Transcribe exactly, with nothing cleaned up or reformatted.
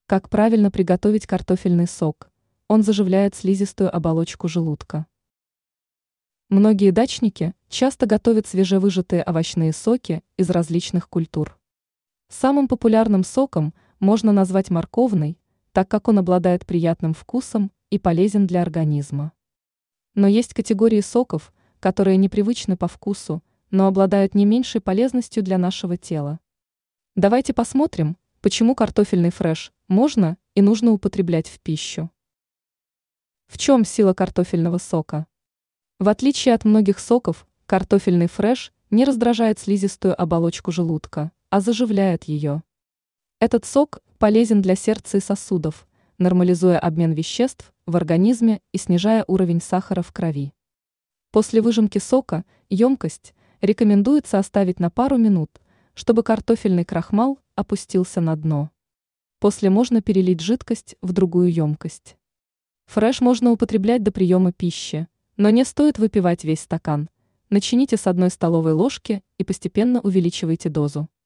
Как правильно приготовить картофельный сок? Он заживляет слизистую оболочку желудка. Многие дачники часто готовят свежевыжатые овощные соки из различных культур. Самым популярным соком можно назвать морковный, так как он обладает приятным вкусом и полезен для организма. Но есть категории соков, которые непривычны по вкусу, но обладают не меньшей полезностью для нашего тела. Давайте посмотрим, почему картофельный фреш можно и нужно употреблять в пищу. В чем сила картофельного сока? В отличие от многих соков, картофельный фреш не раздражает слизистую оболочку желудка, а заживляет ее. Этот сок полезен для сердца и сосудов, нормализуя обмен веществ в организме и снижая уровень сахара в крови. После выжимки сока емкость рекомендуется оставить на пару минут, чтобы картофельный крахмал опустился на дно. После можно перелить жидкость в другую емкость. Фреш можно употреблять до приема пищи, но не стоит выпивать весь стакан. Начините с одной столовой ложки и постепенно увеличивайте дозу.